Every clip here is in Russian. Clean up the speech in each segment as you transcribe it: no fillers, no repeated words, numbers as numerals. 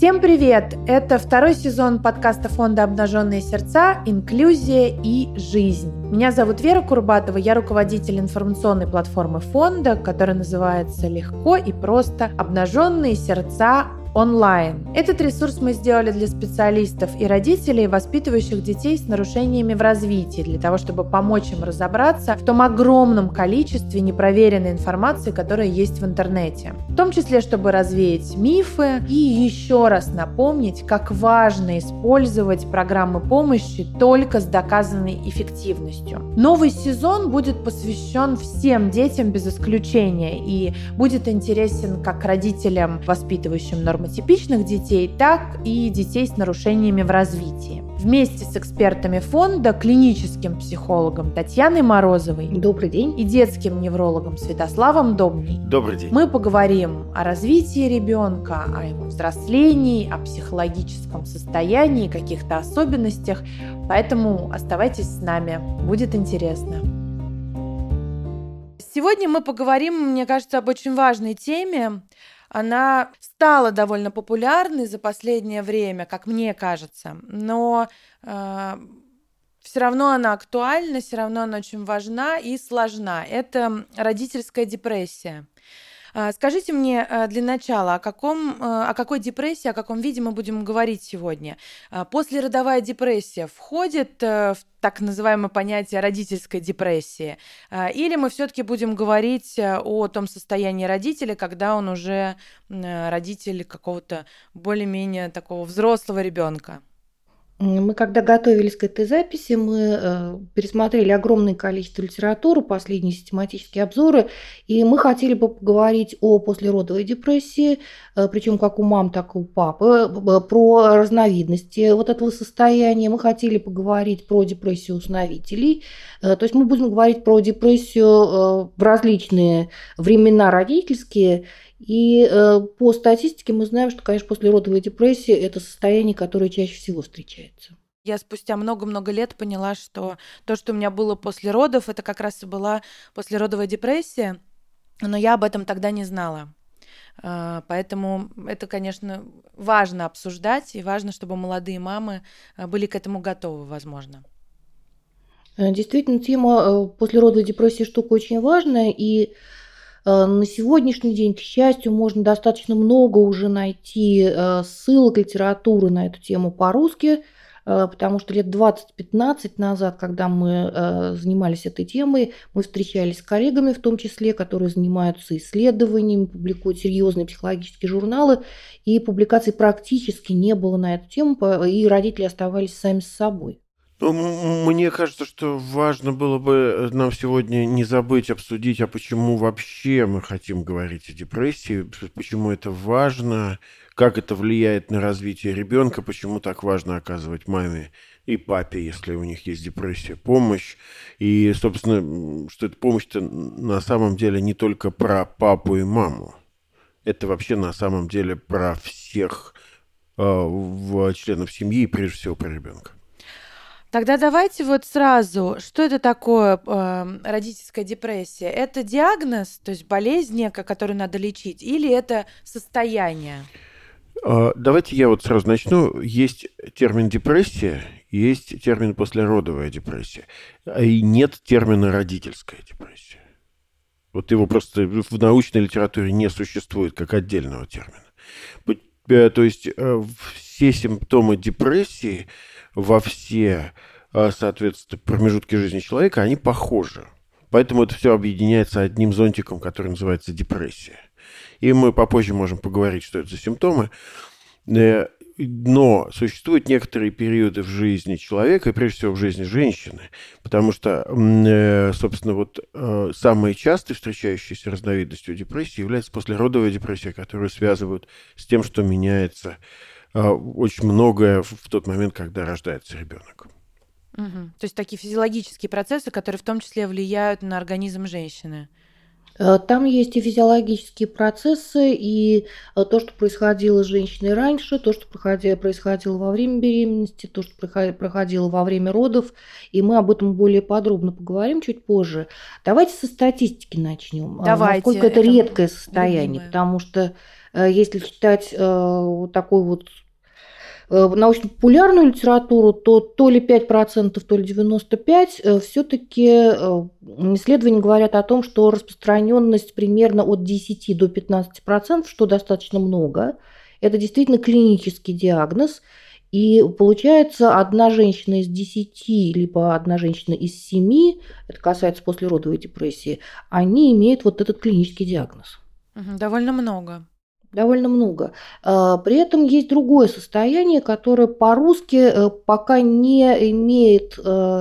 Всем привет! Это второй сезон подкаста фонда «Обнаженные сердца. Инклюзия и жизнь». Меня зовут Вера Курбатова, я руководитель информационной платформы фонда, которая называется легко и просто «Обнаженные сердца онлайн». Этот ресурс мы сделали для специалистов и родителей, воспитывающих детей с нарушениями в развитии, для того, чтобы помочь им разобраться в том огромном количестве непроверенной информации, которая есть в интернете. В том числе, чтобы развеять мифы и еще раз напомнить, как важно использовать программы помощи только с доказанной эффективностью. Новый сезон будет посвящен всем детям без исключения и будет интересен как родителям, воспитывающим нормотипичных детей, так и детей с нарушениями в развитии. Вместе с экспертами фонда, клиническим психологом Татьяной Морозовой. Добрый день. И детским неврологом Святославом Добней. Добрый день. Мы поговорим о развитии ребенка, о его взрослении, о психологическом состоянии, каких-то особенностях. Поэтому оставайтесь с нами, будет интересно. Сегодня мы поговорим, мне кажется, об очень важной теме. Она стала довольно популярной за последнее время, как мне кажется, но все равно она актуальна, все равно она очень важна и сложна. Это родительская депрессия. Скажите мне для начала, о какой депрессии, о каком виде мы будем говорить сегодня? Послеродовая депрессия входит в так называемое понятие родительской депрессии? Или мы все-таки будем говорить о том состоянии родителя, когда он уже родитель какого-то более-менее такого взрослого ребенка? Мы, когда готовились к этой записи, мы пересмотрели огромное количество литературы, последние систематические обзоры, и мы хотели бы поговорить о послеродовой депрессии, причем как у мам, так и у папы, про разновидности вот этого состояния. Мы хотели поговорить про депрессию усыновителей, то есть мы будем говорить про депрессию в различные времена родительские. И по статистике мы знаем, что, конечно, послеродовая депрессия – это состояние, которое чаще всего встречается. Я спустя много-много лет поняла, что то, что у меня было после родов, это как раз и была послеродовая депрессия, но я об этом тогда не знала. Поэтому это, конечно, важно обсуждать, и важно, чтобы молодые мамы были к этому готовы, возможно. Действительно, тема послеродовой депрессии штука очень важная, и на сегодняшний день, к счастью, можно достаточно много уже найти ссылок, литературы на эту тему по-русски, потому что лет 20-15 назад, когда мы занимались этой темой, мы встречались с коллегами, в том числе, которые занимаются исследованиями, публикуют серьезные психологические журналы, и публикаций практически не было на эту тему, и родители оставались сами с собой. Мне кажется, что важно было бы нам сегодня не забыть обсудить, а почему вообще мы хотим говорить о депрессии, почему это важно, как это влияет на развитие ребенка, почему так важно оказывать маме и папе, если у них есть депрессия, помощь. И, собственно, что эта помощь-то на самом деле не только про папу и маму. Это вообще на самом деле про всех членов семьи и прежде всего про ребенка. Тогда давайте вот сразу, что это такое родительская депрессия? Это диагноз, то есть болезнь некая, которую надо лечить, или это состояние? Давайте я вот сразу начну. Есть термин депрессия, есть термин послеродовая депрессия, и нет термина родительская депрессия. Вот его просто в научной литературе не существует как отдельного термина. То есть все симптомы депрессии во все, соответственно, промежутки жизни человека, они похожи. Поэтому это все объединяется одним зонтиком, который называется депрессия. И мы попозже можем поговорить, что это за симптомы. Но существуют некоторые периоды в жизни человека, и прежде всего в жизни женщины, потому что, собственно, вот самой частой встречающейся разновидностью депрессии является послеродовая депрессия, которую связывают с тем, что меняется очень многое в тот момент, когда рождается ребенок. Угу. То есть такие физиологические процессы, которые в том числе влияют на организм женщины. Там есть и физиологические процессы, и то, что происходило с женщиной раньше, то, что происходило во время беременности, то, что проходило во время родов, и мы об этом более подробно поговорим чуть позже. Давайте со статистики начнем. Давайте. Насколько это редкое состояние, потому что Если читать вот такой вот научно-популярную литературу, то ли 5%, то ли 95%, все-таки исследования говорят о том, что распространенность примерно от 10 до 15%, что достаточно много. Это действительно клинический диагноз. И получается, одна женщина из 10, либо одна женщина из 7, это касается послеродовой депрессии, они имеют вот этот клинический диагноз. Довольно много. Довольно много. При этом есть другое состояние, которое по-русски пока не имеет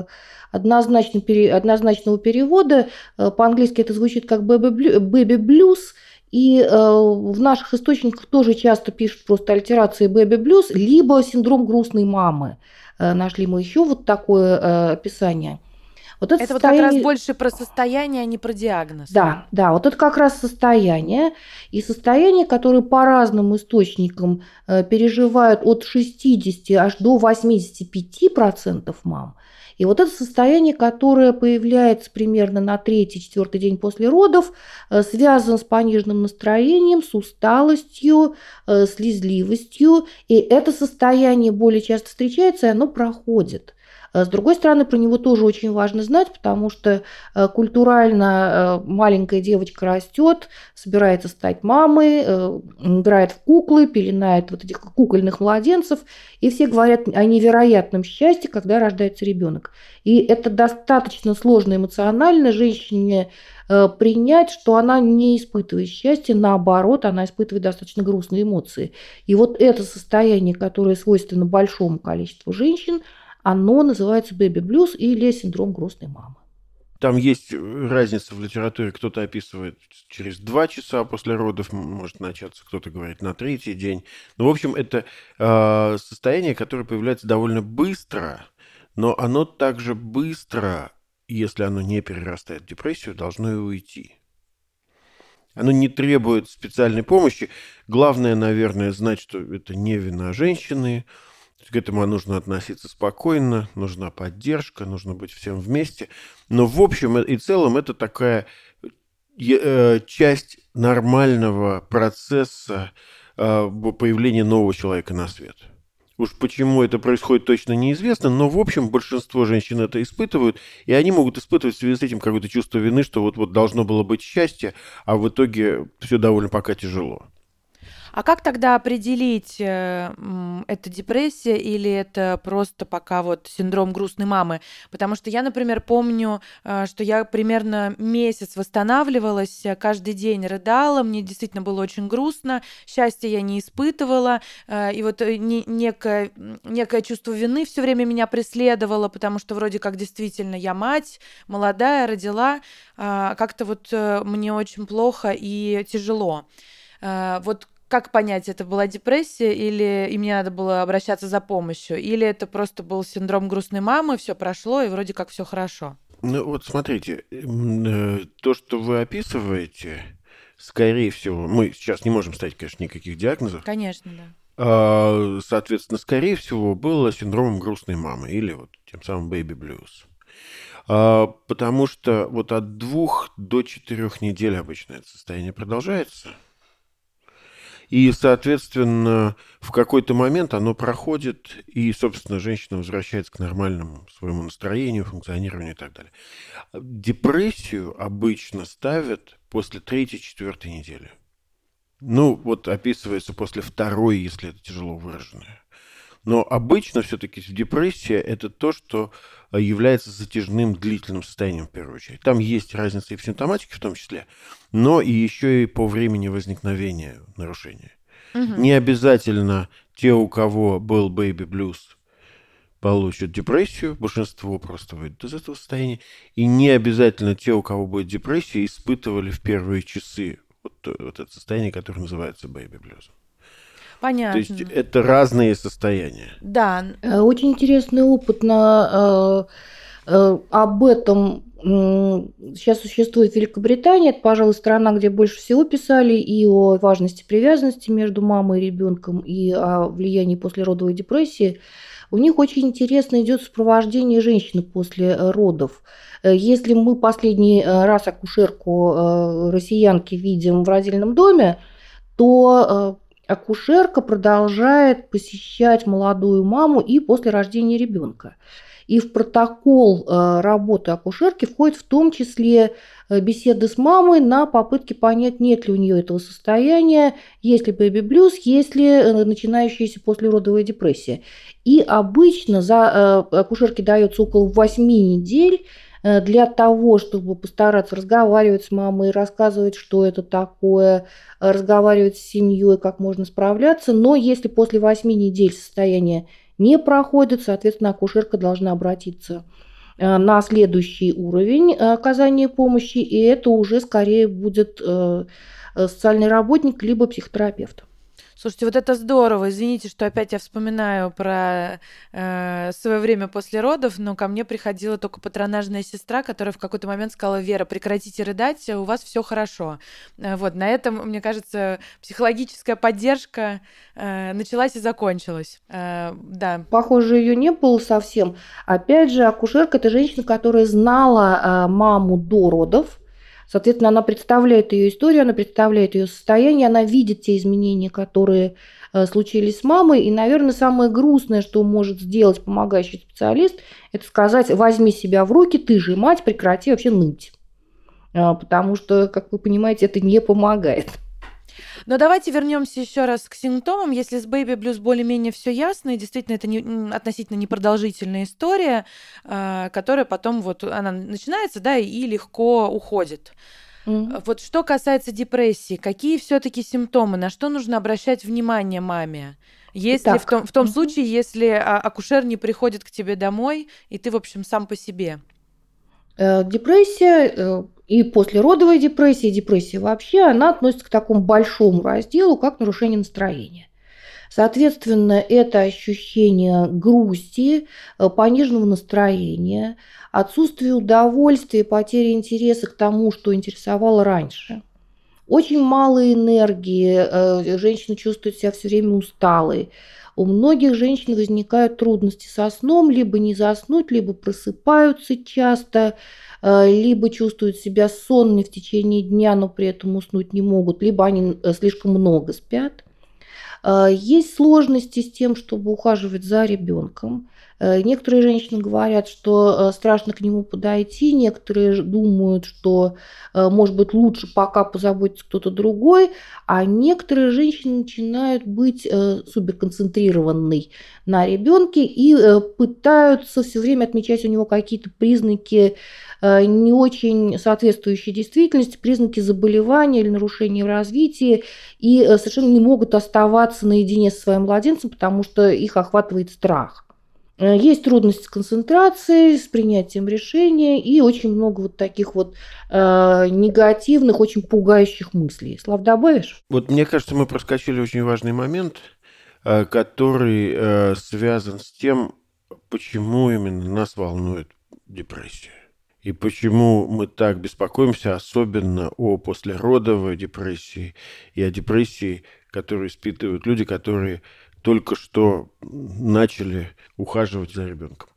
однозначного перевода. По-английски это звучит как baby blues. И в наших источниках тоже часто пишут просто аллитерации baby blues, либо синдром грустной мамы. Нашли мы еще вот такое описание. Вот это состояние... вот как раз больше про состояние, а не про диагноз. Да, вот это как раз состояние. И состояние, которое по разным источникам переживают от 60 аж до 85% мам. И вот это состояние, которое появляется примерно на 3-4 день после родов, связано с пониженным настроением, с усталостью, слезливостью. И это состояние более часто встречается, и оно проходит. С другой стороны, про него тоже очень важно знать, потому что культурально маленькая девочка растет, собирается стать мамой, играет в куклы, пеленает вот этих кукольных младенцев, и все говорят о невероятном счастье, когда рождается ребенок. И это достаточно сложно эмоционально женщине принять, что она не испытывает счастья, наоборот, она испытывает достаточно грустные эмоции. И вот это состояние, которое свойственно большому количеству женщин, оно называется baby blues или синдром грустной мамы. Там есть разница в литературе. Кто-то описывает через 2 часа после родов может начаться, кто-то говорит на 3-й день. Ну, в общем, это состояние, которое появляется довольно быстро, но оно также быстро, если оно не перерастает в депрессию, должно и уйти. Оно не требует специальной помощи. Главное, наверное, знать, что это не вина женщины. К этому нужно относиться спокойно, нужна поддержка, нужно быть всем вместе. Но в общем и целом это такая часть нормального процесса появления нового человека на свет. Уж почему это происходит, точно неизвестно, но в общем большинство женщин это испытывают, и они могут испытывать в связи с этим какое-то чувство вины, что вот должно было быть счастье, а в итоге все довольно пока тяжело. А как тогда определить, это депрессия или это просто пока вот синдром грустной мамы? Потому что я, например, помню, что я примерно месяц восстанавливалась, каждый день рыдала, мне действительно было очень грустно, счастья я не испытывала, и вот некое чувство вины все время меня преследовало, потому что вроде как действительно я мать, молодая, родила, как-то вот мне очень плохо и тяжело. Вот как понять, это была депрессия, или и мне надо было обращаться за помощью, или это просто был синдром грустной мамы, все прошло, и вроде как все хорошо? Ну вот смотрите, то, что вы описываете, скорее всего, мы сейчас не можем ставить, конечно, никаких диагнозов. Конечно, да. Соответственно, скорее всего, было синдромом грустной мамы или вот тем самым baby blues. Потому что вот от 2 до 4 недель обычно это состояние продолжается. И, соответственно, в какой-то момент оно проходит, и, собственно, женщина возвращается к нормальному своему настроению, функционированию и так далее. Депрессию обычно ставят после 3-4 недели. Ну, вот описывается после 2, если это тяжело выраженное. Но обычно все-таки депрессия – это то, что является затяжным длительным состоянием в первую очередь. Там есть разница и в симптоматике в том числе, но и еще и по времени возникновения нарушения. Угу. Не обязательно те, у кого был baby blues, получат депрессию, большинство просто выйдет из этого состояния, и не обязательно те, у кого будет депрессия, испытывали в первые часы вот это состояние, которое называется baby blues. Понятно. То есть это разные состояния. Да. Очень интересный опыт об этом сейчас существует в Великобритании. Это, пожалуй, страна, где больше всего писали и о важности привязанности между мамой и ребенком, и о влиянии послеродовой депрессии. У них очень интересно идет сопровождение женщины после родов. Если мы последний раз акушерку россиянки видим в родильном доме, то акушерка продолжает посещать молодую маму и после рождения ребенка. И в протокол работы акушерки входит в том числе беседы с мамой на попытке понять, нет ли у нее этого состояния, есть ли бэби-блюз, есть ли начинающаяся послеродовая депрессия. И обычно за акушерке дается около 8 недель для того, чтобы постараться разговаривать с мамой, рассказывать, что это такое, разговаривать с семьей, как можно справляться. Но если после 8 недель состояние не проходит, соответственно, акушерка должна обратиться на следующий уровень оказания помощи, и это уже скорее будет социальный работник либо психотерапевт. Слушайте, вот это здорово. Извините, что опять я вспоминаю про свое время после родов, но ко мне приходила только патронажная сестра, которая в какой-то момент сказала: Вера, прекратите рыдать, у вас все хорошо. Вот, на этом, мне кажется, психологическая поддержка началась и закончилась. Да. Похоже, ее не было совсем. Опять же, акушерка – это женщина, которая знала маму до родов. Соответственно, она представляет ее историю, она представляет ее состояние, она видит те изменения, которые случились с мамой. И, наверное, самое грустное, что может сделать помогающий специалист, это сказать: возьми себя в руки, ты же мать, прекрати вообще ныть. Потому что, как вы понимаете, это не помогает. Но давайте вернемся еще раз к симптомам. Если с Baby Blues более-менее все ясно, и действительно это относительно непродолжительная история, которая потом вот она начинается, да, и легко уходит. Вот что касается депрессии, какие все-таки симптомы, на что нужно обращать внимание маме? Если в том случае, если акушер не приходит к тебе домой, и ты, в общем, сам по себе? Депрессия и послеродовая депрессия, и депрессия вообще, она относится к такому большому разделу, как нарушение настроения. Соответственно, это ощущение грусти, пониженного настроения, отсутствие удовольствия, потеря интереса к тому, что интересовало раньше. Очень мало энергии, женщина чувствует себя все время усталой. У многих женщин возникают трудности со сном, либо не заснуть, либо просыпаются часто, либо чувствуют себя сонными в течение дня, но при этом уснуть не могут, либо они слишком много спят. Есть сложности с тем, чтобы ухаживать за ребенком. Некоторые женщины говорят, что страшно к нему подойти, некоторые думают, что, может быть, лучше пока позаботится кто-то другой, а некоторые женщины начинают быть суперконцентрированной на ребенке и пытаются все время отмечать у него какие-то признаки, не очень соответствующие действительности, признаки заболевания или нарушения в развитии, и совершенно не могут оставаться наедине со своим младенцем, потому что их охватывает страх. Есть трудности с концентрацией, с принятием решения и очень много вот таких вот негативных, очень пугающих мыслей. Слав, добавишь? Вот мне кажется, мы проскочили очень важный момент, который связан с тем, почему именно нас волнует депрессия. И почему мы так беспокоимся, особенно о послеродовой депрессии и о депрессии, которую испытывают люди, которые только что начали ухаживать за ребенком.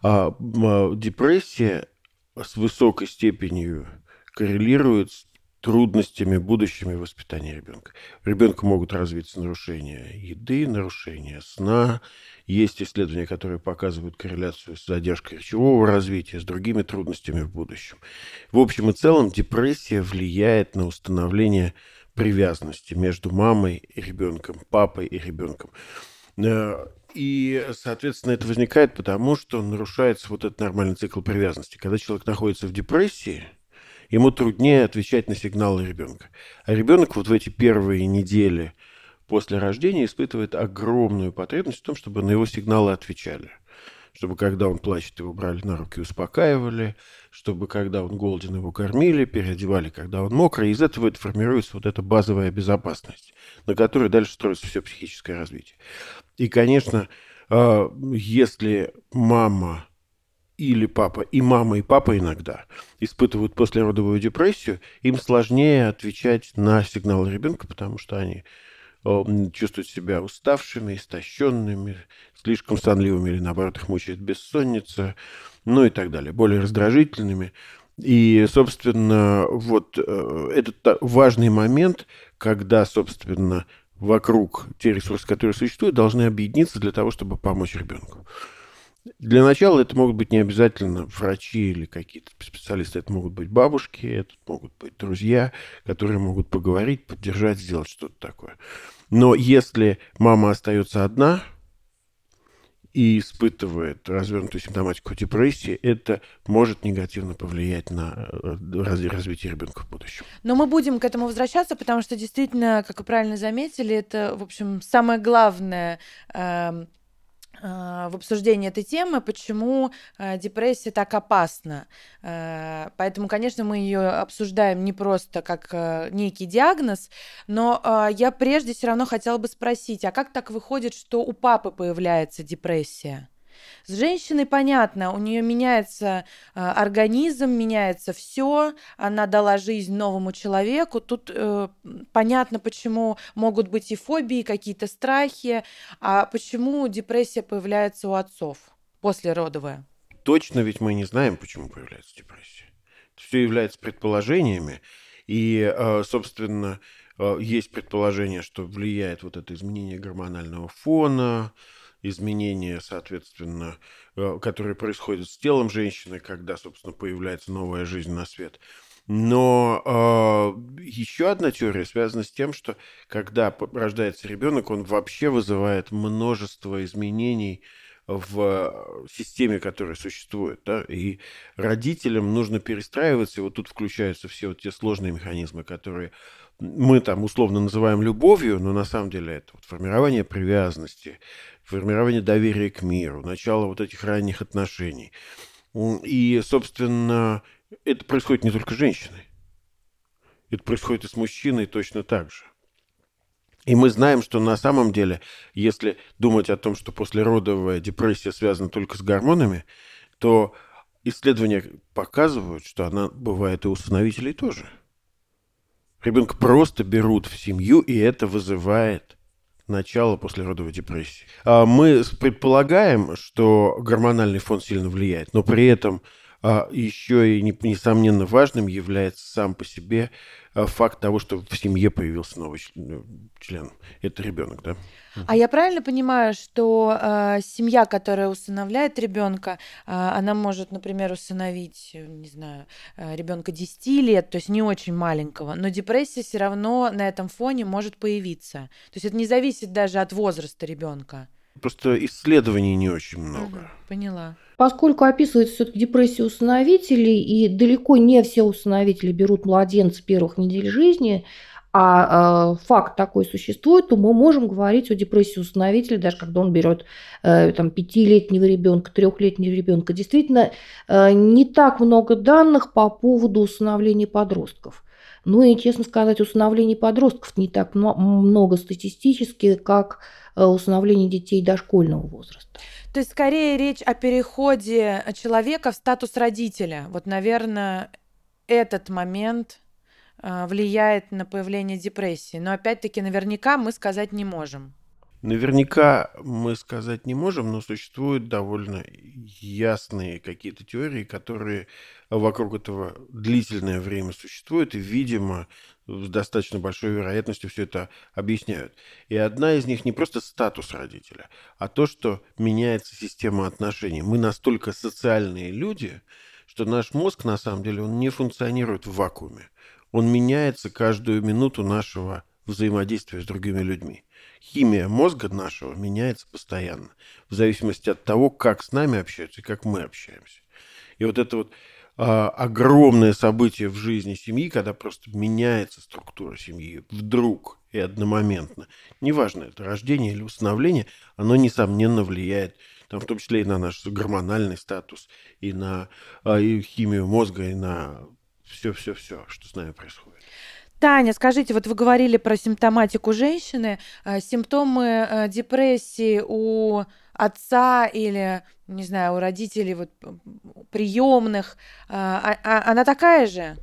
Депрессия с высокой степенью коррелирует с трудностями будущими воспитания ребенка. У ребенка могут развиться нарушения еды, нарушения сна. Есть исследования, которые показывают корреляцию с задержкой речевого развития, с другими трудностями в будущем. В общем и целом, депрессия влияет на установление привязанности между мамой и ребенком, папой и ребенком. И, соответственно, это возникает потому, что нарушается вот этот нормальный цикл привязанности. Когда человек находится в депрессии, ему труднее отвечать на сигналы ребенка. А ребенок вот в эти первые недели после рождения испытывает огромную потребность в том, чтобы на его сигналы отвечали. Чтобы, когда он плачет, его брали на руки и успокаивали, чтобы, когда он голоден, его кормили, переодевали, когда он мокрый. Из этого формируется вот эта базовая безопасность, на которой дальше строится все психическое развитие. И, конечно, если мама или папа, и мама, и папа иногда испытывают послеродовую депрессию, им сложнее отвечать на сигналы ребенка, потому что они чувствуют себя уставшими, истощенными, слишком сонливыми или, наоборот, их мучает бессонница, ну и так далее, более раздражительными. И, собственно, вот этот важный момент, когда, собственно, вокруг те ресурсы, которые существуют, должны объединиться для того, чтобы помочь ребенку. Для начала это могут быть не обязательно врачи или какие-то специалисты, это могут быть бабушки, это могут быть друзья, которые могут поговорить, поддержать, сделать что-то такое. Но если мама остается одна и испытывает развернутую симптоматику депрессии, это может негативно повлиять на развитие ребенка в будущем. Но мы будем к этому возвращаться, потому что действительно, как вы правильно заметили, это, в общем, самое главное в обсуждении этой темы, почему депрессия так опасна. Поэтому, конечно, мы ее обсуждаем не просто как некий диагноз, но я прежде все равно хотела бы спросить, а как так выходит, что у папы появляется депрессия? С женщиной понятно, у нее меняется организм, меняется все, она дала жизнь новому человеку. Тут понятно, почему могут быть и фобии, какие-то страхи, а почему депрессия появляется у отцов послеродовая? Точно ведь мы не знаем, почему появляется депрессия. Все является предположениями, и, собственно, есть предположение, что влияет вот это изменение гормонального фона, изменения, соответственно, которые происходят с телом женщины, когда, собственно, появляется новая жизнь на свет. Но еще одна теория связана с тем, что когда рождается ребенок, он вообще вызывает множество изменений в системе, которая существует. Да? И родителям нужно перестраиваться, и вот тут включаются все вот те сложные механизмы, которые мы там условно называем любовью, но на самом деле это вот формирование привязанности, формирование доверия к миру, начало вот этих ранних отношений. И, собственно, это происходит не только с женщиной. Это происходит и с мужчиной точно так же. И мы знаем, что на самом деле, если думать о том, что послеродовая депрессия связана только с гормонами, то исследования показывают, что она бывает и у усыновителей тоже. Ребенка просто берут в семью, и это вызывает начало послеродовой депрессии. Мы предполагаем, что гормональный фон сильно влияет, но при этом еще и несомненно важным является сам по себе факт того, что в семье появился новый член. Это ребенок, да? А я правильно понимаю, что семья, которая усыновляет ребенка, она может, например, усыновить, не знаю, ребенка 10 лет, то есть не очень маленького, но депрессия все равно на этом фоне может появиться. То есть это не зависит даже от возраста ребенка. Просто исследований не очень много. Поняла. Поскольку описывается все-таки депрессия усыновителей, и далеко не все усыновители берут младенца первых недель жизни, а факт такой существует, то мы можем говорить о депрессии усыновителя, даже когда он берет там, 5-летнего ребенка, 3-летнего ребенка. Действительно, не так много данных по поводу усыновления подростков. Ну и, честно сказать, усыновление подростков не так много статистически, как усыновление детей дошкольного возраста. То есть скорее речь о переходе человека в статус родителя. Вот, наверное, этот момент влияет на появление депрессии. Но опять-таки наверняка мы сказать не можем. Наверняка мы сказать не можем, но существуют довольно ясные какие-то теории, которые вокруг этого длительное время существуют и, видимо, с достаточно большой вероятностью все это объясняют. И одна из них не просто статус родителя, а то, что меняется система отношений. Мы настолько социальные люди, что наш мозг, на самом деле, он не функционирует в вакууме. Он меняется каждую минуту нашего взаимодействия с другими людьми. Химия мозга нашего меняется постоянно, в зависимости от того, как с нами общаются и как мы общаемся. И вот это вот огромное событие в жизни семьи, когда просто меняется структура семьи вдруг и одномоментно. Неважно, это рождение или усыновление, оно, несомненно, влияет, там, в том числе и на наш гормональный статус, и на и химию мозга, и на все-все-все, что с нами происходит. Таня, скажите, вот вы говорили про симптоматику женщины, симптомы депрессии у отца или, не знаю, у родителей вот, приемных, она такая же?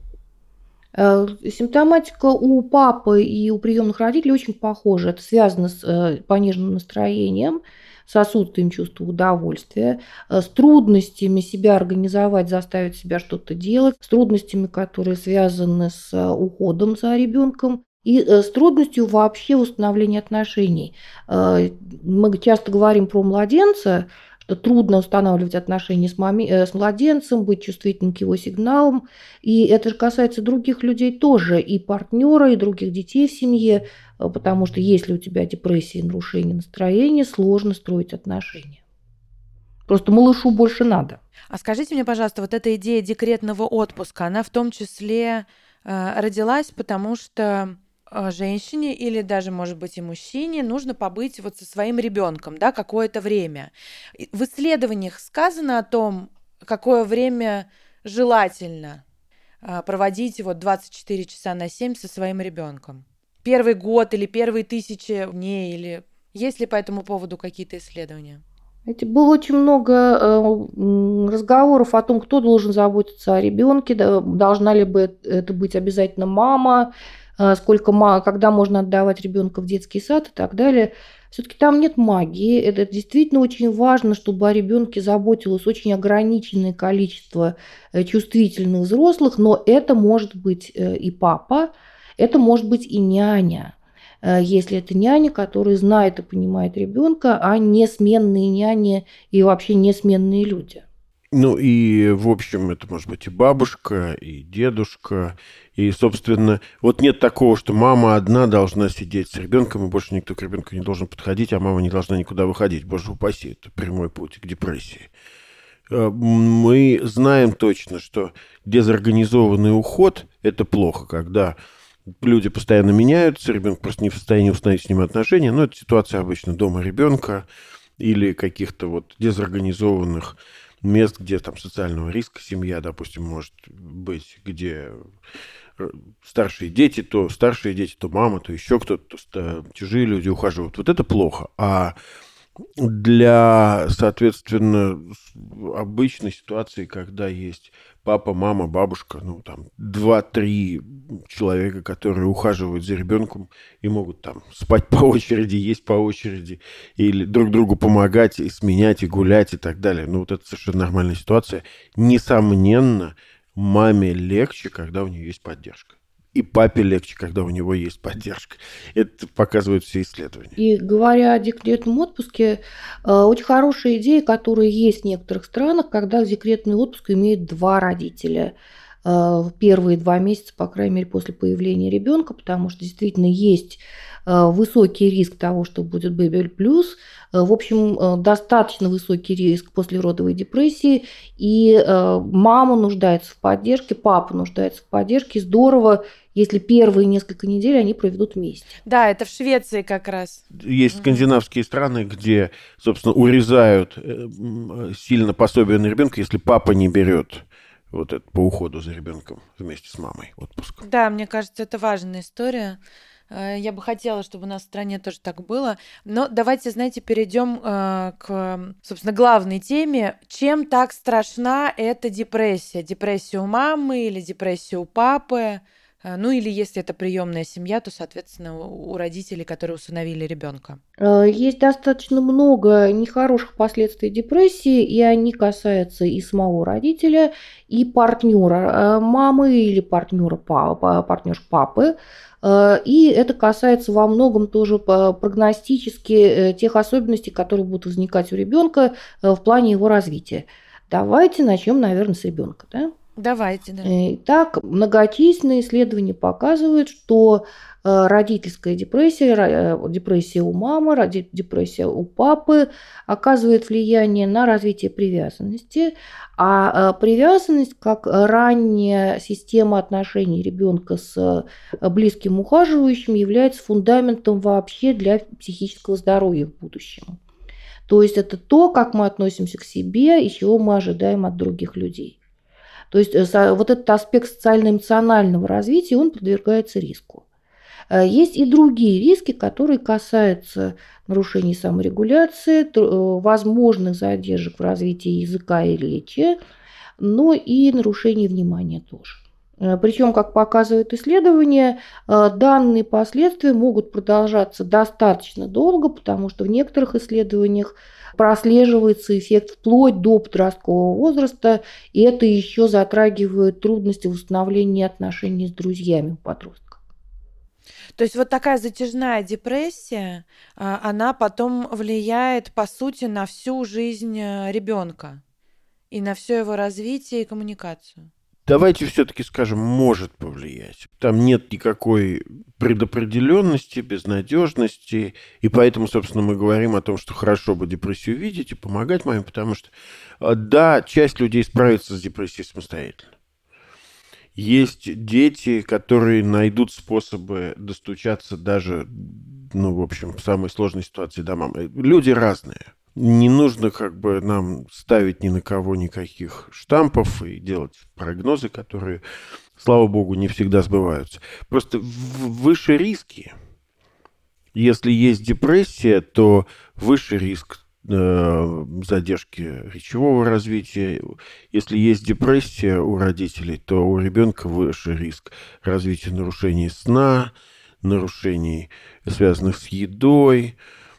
Симптоматика у папы и у приемных родителей очень похожа. Это связано с пониженным настроением, с отсутствием чувства удовольствия, с трудностями себя организовать, заставить себя что-то делать, с трудностями, которые связаны с уходом за ребенком. и с трудностью вообще установления отношений. Мы часто говорим про младенца, что трудно устанавливать отношения с младенцем, быть чувствительным к его сигналам. И это же касается других людей тоже, и партнера, и других детей в семье, потому что если у тебя депрессия и нарушение настроения, сложно строить отношения. Просто малышу больше надо. А скажите мне, пожалуйста, вот эта идея декретного отпуска, она в том числе родилась, потому что женщине или даже, может быть, и мужчине нужно побыть вот со своим ребенком, да, какое-то время. В исследованиях сказано о том, какое время желательно проводить вот 24 часа на 7 со своим ребенком. Первый год или первые 1000 дней, или есть ли по этому поводу какие-то исследования? Было очень много разговоров о том, кто должен заботиться о ребенке, должна ли это быть обязательно мама, когда можно отдавать ребенка в детский сад и так далее. Все-таки там нет магии. Это действительно очень важно, чтобы о ребенке заботилось очень ограниченное количество чувствительных взрослых, но это может быть и папа, это может быть и няня. Если это няня, которая знает и понимает ребенка, а не сменные няни и вообще не сменные люди. Ну и, в общем, это может быть и бабушка, и дедушка. И, собственно, вот нет такого, что мама одна должна сидеть с ребенком, и больше никто к ребенку не должен подходить, а мама не должна никуда выходить. Боже упаси, это прямой путь к депрессии. Мы знаем точно, что дезорганизованный уход – это плохо, когда люди постоянно меняются, ребенок просто не в состоянии установить с ним отношения. Но это ситуация обычно дома ребенка или каких-то вот дезорганизованных мест, где там социального риска семья, допустим, может быть, где старшие дети, то мама, то еще кто-то, то чужие люди ухаживают. Вот это плохо. А для, соответственно, обычной ситуации, когда есть папа, мама, бабушка, ну, там, 2-3 человека, которые ухаживают за ребенком и могут там спать по очереди, есть по очереди, или друг другу помогать, и сменять, и гулять, и так далее. Ну, вот это совершенно нормальная ситуация. Несомненно, маме легче, когда у нее есть поддержка. И папе легче, когда у него есть поддержка. Это показывают все исследования. И говоря о декретном отпуске, очень хорошая идея, которая есть в некоторых странах, когда декретный отпуск имеют 2 родителя. В первые 2 месяца, по крайней мере, после появления ребенка, потому что действительно есть высокий риск того, что будет бэби-плюс. В общем, достаточно высокий риск послеродовой депрессии. И мама нуждается в поддержке, папа нуждается в поддержке. Здорово, если первые несколько недель они проведут вместе. Да, это в Швеции как раз. Есть скандинавские страны, где, собственно, урезают сильно пособие на ребенка, если папа не берет вот это по уходу за ребенком вместе с мамой отпуск. Да, мне кажется, это важная история. Я бы хотела, чтобы у нас в стране тоже так было. Но давайте, знаете, перейдем к, собственно, главной теме. Чем так страшна эта депрессия? Депрессия у мамы или депрессия у папы? Ну или если это приемная семья, то, соответственно, у родителей, которые усыновили ребенка. Есть достаточно много нехороших последствий депрессии, и они касаются и самого родителя, и партнера мамы или партнера папы. И это касается во многом тоже прогностически тех особенностей, которые будут возникать у ребенка в плане его развития. Давайте начнем, наверное, с ребенка, да? Давайте, да. Итак, многочисленные исследования показывают, что родительская депрессия, депрессия у мамы, депрессия у папы оказывает влияние на развитие привязанности, а привязанность как ранняя система отношений ребенка с близким ухаживающим является фундаментом вообще для психического здоровья в будущем. То есть это то, как мы относимся к себе и чего мы ожидаем от других людей. То есть вот этот аспект социально-эмоционального развития, он подвергается риску. Есть и другие риски, которые касаются нарушений саморегуляции, возможных задержек в развитии языка и речи, но и нарушений внимания тоже. Причем, как показывают исследования, данные последствия могут продолжаться достаточно долго, потому что в некоторых исследованиях прослеживается эффект вплоть до подросткового возраста, и это еще затрагивает трудности в установлении отношений с друзьями у подростков. То есть вот такая затяжная депрессия, она потом влияет, по сути, на всю жизнь ребенка и на все его развитие и коммуникацию. Давайте все-таки скажем, может повлиять. Там нет никакой предопределенности, безнадежности, и поэтому, собственно, мы говорим о том, что хорошо бы депрессию видеть и помогать маме, потому что, да, часть людей справится с депрессией самостоятельно. Есть дети, которые найдут способы достучаться даже, в общем, в самой сложной ситуации до мамы. Люди разные. Не нужно нам ставить ни на кого никаких штампов и делать прогнозы, которые, слава богу, не всегда сбываются. Просто выше риски. Если есть депрессия, то выше риск задержки речевого развития. Если есть депрессия у родителей, то у ребенка выше риск развития нарушений сна, нарушений, связанных с едой.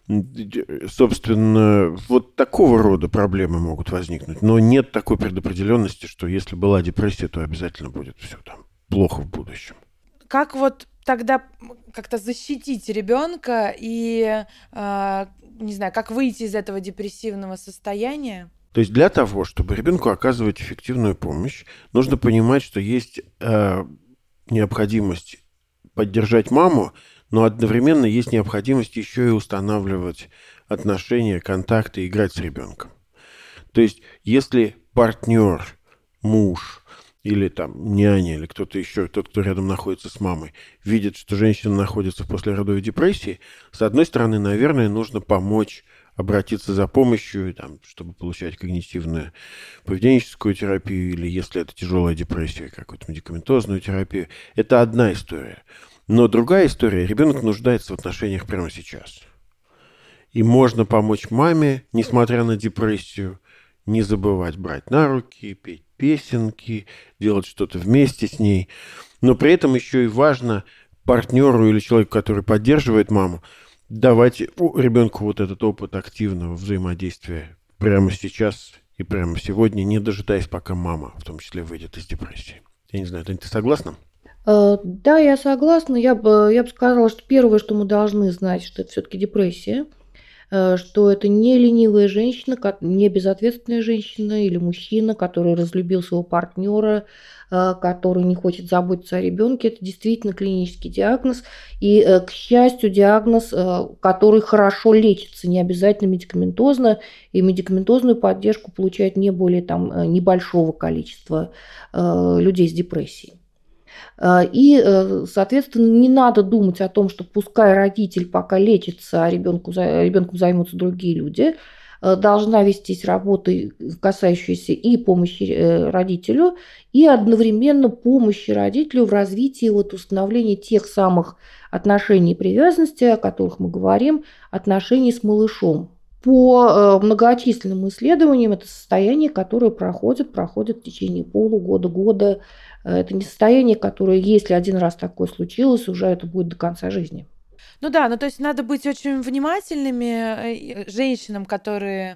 Собственно, вот такого рода проблемы могут возникнуть. Но нет такой предопределенности, что если была депрессия, то обязательно будет все там плохо в будущем. Как вот тогда как-то защитить ребенка и, не знаю, как выйти из этого депрессивного состояния? То есть для того, чтобы ребенку оказывать эффективную помощь, нужно понимать, что есть необходимость поддержать маму, но одновременно есть необходимость еще и устанавливать отношения, контакты, играть с ребенком. То есть, если партнер, муж или там няня, или кто-то еще, тот, кто рядом находится с мамой, видит, что женщина находится в послеродовой депрессии, с одной стороны, наверное, нужно помочь обратиться за помощью, там, чтобы получать когнитивную поведенческую терапию, или если это тяжелая депрессия, какую-то медикаментозную терапию. Это одна история. Но другая история, ребенок нуждается в отношениях прямо сейчас. И можно помочь маме, несмотря на депрессию, не забывать брать на руки, петь песенки, делать что-то вместе с ней. Но при этом еще и важно партнеру или человеку, который поддерживает маму, давать ребенку вот этот опыт активного взаимодействия прямо сейчас и прямо сегодня, не дожидаясь, пока мама, в том числе, выйдет из депрессии. Я не знаю, Тань, ты согласна? Да, я согласна. Я бы сказала, что первое, что мы должны знать, что это все-таки депрессия, что это не ленивая женщина, не безответственная женщина или мужчина, который разлюбил своего партнера, который не хочет заботиться о ребенке. Это действительно клинический диагноз. И, к счастью, диагноз, который хорошо лечится, не обязательно медикаментозно. И медикаментозную поддержку получает не более небольшого количества людей с депрессией. И, соответственно, не надо думать о том, что пускай родитель пока лечится, а ребенком займутся другие люди. Должна вестись работа, касающаяся и помощи родителю, и одновременно помощи родителю в развитии установления тех самых отношений и привязанности, о которых мы говорим, отношений с малышом. По многочисленным исследованиям это состояние, которое проходит в течение полугода, года. Это не состояние, которое, если один раз такое случилось, уже это будет до конца жизни. То есть надо быть очень внимательными женщинам, которые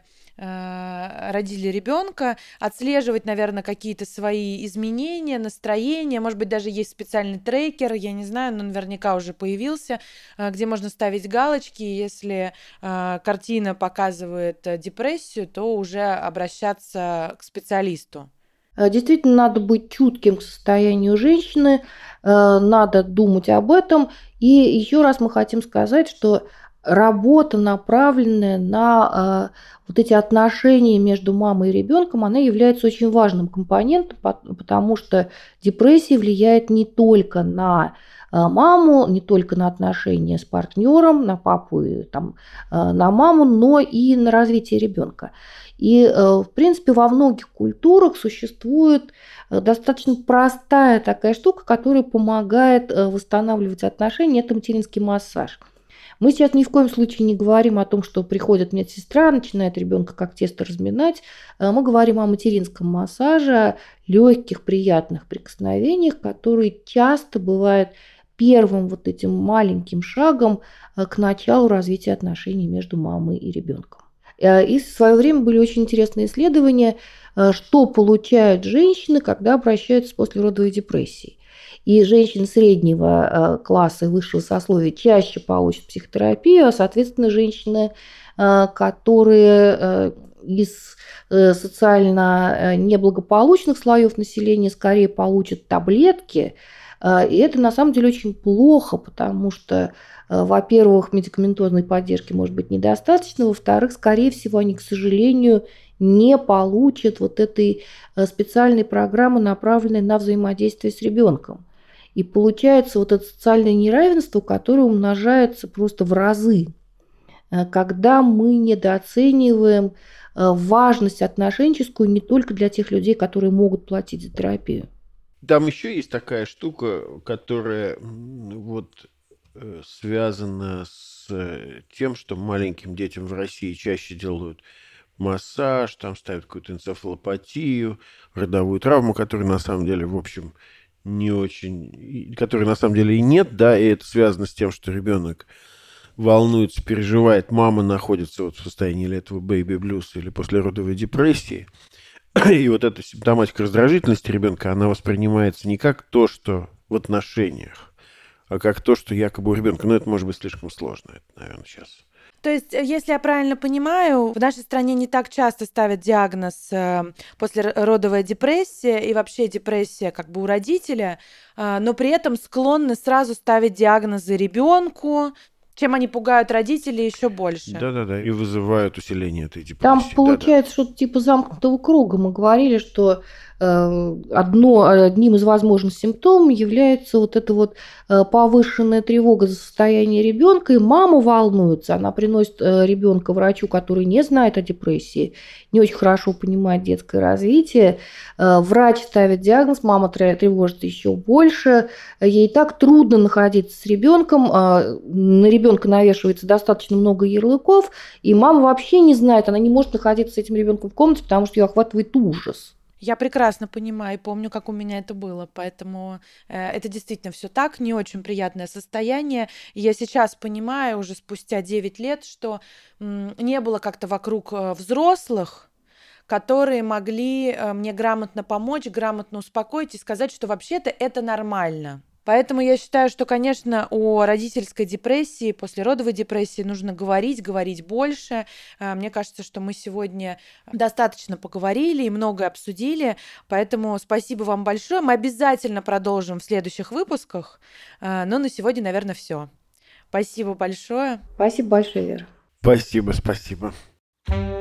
родили ребенка, отслеживать, наверное, какие-то свои изменения, настроения, может быть, даже есть специальный трекер, я не знаю, но наверняка уже появился, где можно ставить галочки, если картина показывает депрессию, то уже обращаться к специалисту. Действительно, надо быть чутким к состоянию женщины, надо думать об этом. И еще раз мы хотим сказать, что работа, направленная на эти отношения между мамой и ребенком, она является очень важным компонентом, потому что депрессия влияет не только на маму, не только на отношения с партнером, на папу и на маму, но и на развитие ребенка. И, в принципе, во многих культурах существует достаточно простая такая штука, которая помогает восстанавливать отношения. Это материнский массаж. Мы сейчас ни в коем случае не говорим о том, что приходит медсестра, начинает ребенка как тесто разминать. Мы говорим о материнском массаже, о легких, приятных прикосновениях, которые часто бывают первым этим маленьким шагом к началу развития отношений между мамой и ребенком. И в свое время были очень интересные исследования, что получают женщины, когда обращаются с послеродовой депрессией. и женщины среднего класса и высшего сословия чаще получат психотерапию, а, соответственно, женщины, которые из социально неблагополучных слоев населения скорее получат таблетки. И это на самом деле очень плохо, потому что, во-первых, медикаментозной поддержки может быть недостаточно, во-вторых, скорее всего, они, к сожалению, не получат вот этой специальной программы, направленной на взаимодействие с ребенком. И получается вот это социальное неравенство, которое умножается просто в разы, когда мы недооцениваем важность отношенческую не только для тех людей, которые могут платить за терапию. Там еще есть такая штука, которая связана с тем, что маленьким детям в России чаще делают массаж, там ставят какую-то энцефалопатию, родовую травму, которая на самом деле, в общем, не очень, которой на самом деле и нет, да, и это связано с тем, что ребенок волнуется, переживает, мама находится вот в состоянии или этого бэйби-блюса, или послеродовой депрессии. И вот эта симптоматика раздражительности ребенка, она воспринимается не как то, что в отношениях, а как то, что якобы у ребенка. Но это может быть слишком сложно, это, наверное, сейчас. То есть, если я правильно понимаю, в нашей стране не так часто ставят диагноз послеродовая депрессия и вообще депрессия как бы у родителя, но при этом склонны сразу ставить диагнозы ребенку, чем они пугают родителей еще больше. Да-да-да, и вызывают усиление этой депрессии. Там получается что-то типа замкнутого круга. Мы говорили, что одним из возможных симптомов является вот эта вот повышенная тревога за состояние ребенка, и мама волнуется, она приносит ребенка врачу, который не знает о депрессии, не очень хорошо понимает детское развитие, врач ставит диагноз, мама тревожится еще больше, ей так трудно находиться с ребенком, на ребенка навешивается достаточно много ярлыков, и мама вообще не знает, она не может находиться с этим ребенком в комнате, потому что ее охватывает ужас. Я прекрасно понимаю и помню, как у меня это было, поэтому это действительно все так, не очень приятное состояние. И я сейчас понимаю, уже спустя 9 лет, что не было как-то вокруг взрослых, которые могли мне грамотно помочь, грамотно успокоить и сказать, что вообще-то это нормально. Поэтому я считаю, что, конечно, о родительской депрессии, послеродовой депрессии нужно говорить больше. Мне кажется, что мы сегодня достаточно поговорили и многое обсудили, поэтому спасибо вам большое. Мы обязательно продолжим в следующих выпусках, но на сегодня, наверное, все. Спасибо большое. Спасибо большое, Вера. Спасибо.